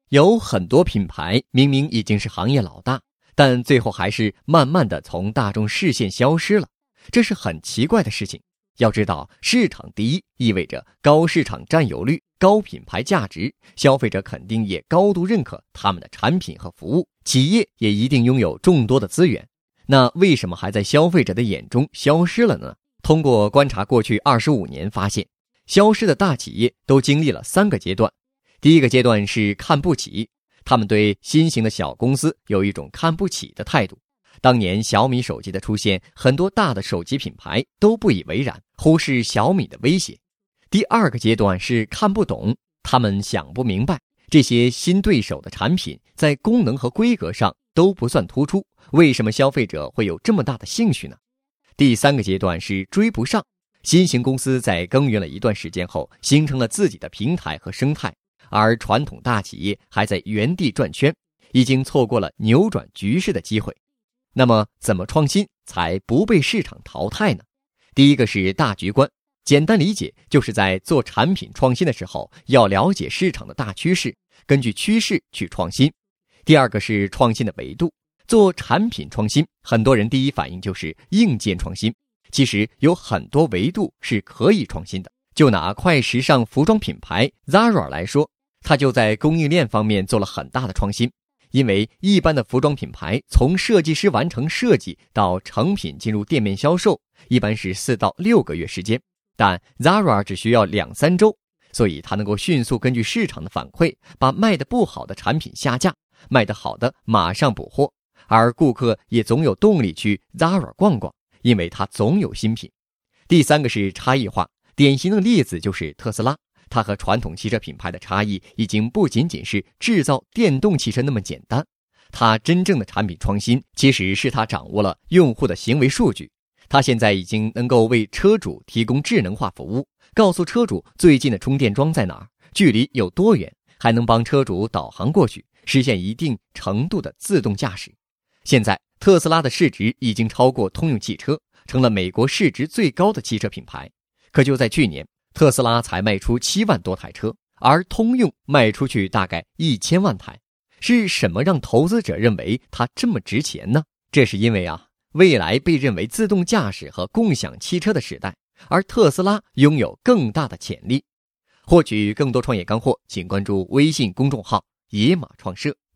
有很多品牌明明已经是行业老大，但最后还是慢慢的从大众视线消失了，这是很奇怪的事情。要知道，市场第一意味着高市场占有率、高品牌价值，消费者肯定也高度认可他们的产品和服务，企业也一定拥有众多的资源。那为什么还在消费者的眼中消失了呢？通过观察过去25年发现，消失的大企业都经历了3个阶段。第一个阶段是看不起，他们对新型的小公司有一种看不起的态度。当年小米手机的出现，很多大的手机品牌都不以为然，忽视小米的威胁。第二个阶段是看不懂，他们想不明白这些新对手的产品在功能和规格上都不算突出，为什么消费者会有这么大的兴趣呢？第三个阶段是追不上，新型公司在耕耘了一段时间后，形成了自己的平台和生态，而传统大企业还在原地转圈，已经错过了扭转局势的机会。那么怎么创新才不被市场淘汰呢？第一个是大局观，简单理解就是在做产品创新的时候，要了解市场的大趋势，根据趋势去创新。第二个是创新的维度，做产品创新，很多人第一反应就是硬件创新，其实有很多维度是可以创新的。就拿快时尚服装品牌 Zara 来说，它就在供应链方面做了很大的创新。因为一般的服装品牌从设计师完成设计到成品进入店面销售，一般是4到6个月时间，但 Zara 只需要2-3周，所以它能够迅速根据市场的反馈，把卖得不好的产品下架，卖得好的马上补货，而顾客也总有动力去 Zara 逛逛，因为它总有新品。第三个是差异化，典型的例子就是特斯拉，它和传统汽车品牌的差异已经不仅仅是制造电动汽车那么简单，它真正的产品创新其实是它掌握了用户的行为数据。它现在已经能够为车主提供智能化服务，告诉车主最近的充电桩在哪儿，距离有多远，还能帮车主导航过去，实现一定程度的自动驾驶。现在特斯拉的市值已经超过通用汽车，成了美国市值最高的汽车品牌。可就在去年，特斯拉才卖出7万多台车，而通用卖出去大概1000万台。是什么让投资者认为它这么值钱呢？这是因为未来被认为自动驾驶和共享汽车的时代，而特斯拉拥有更大的潜力。获取更多创业干货，请关注微信公众号“野马创社”。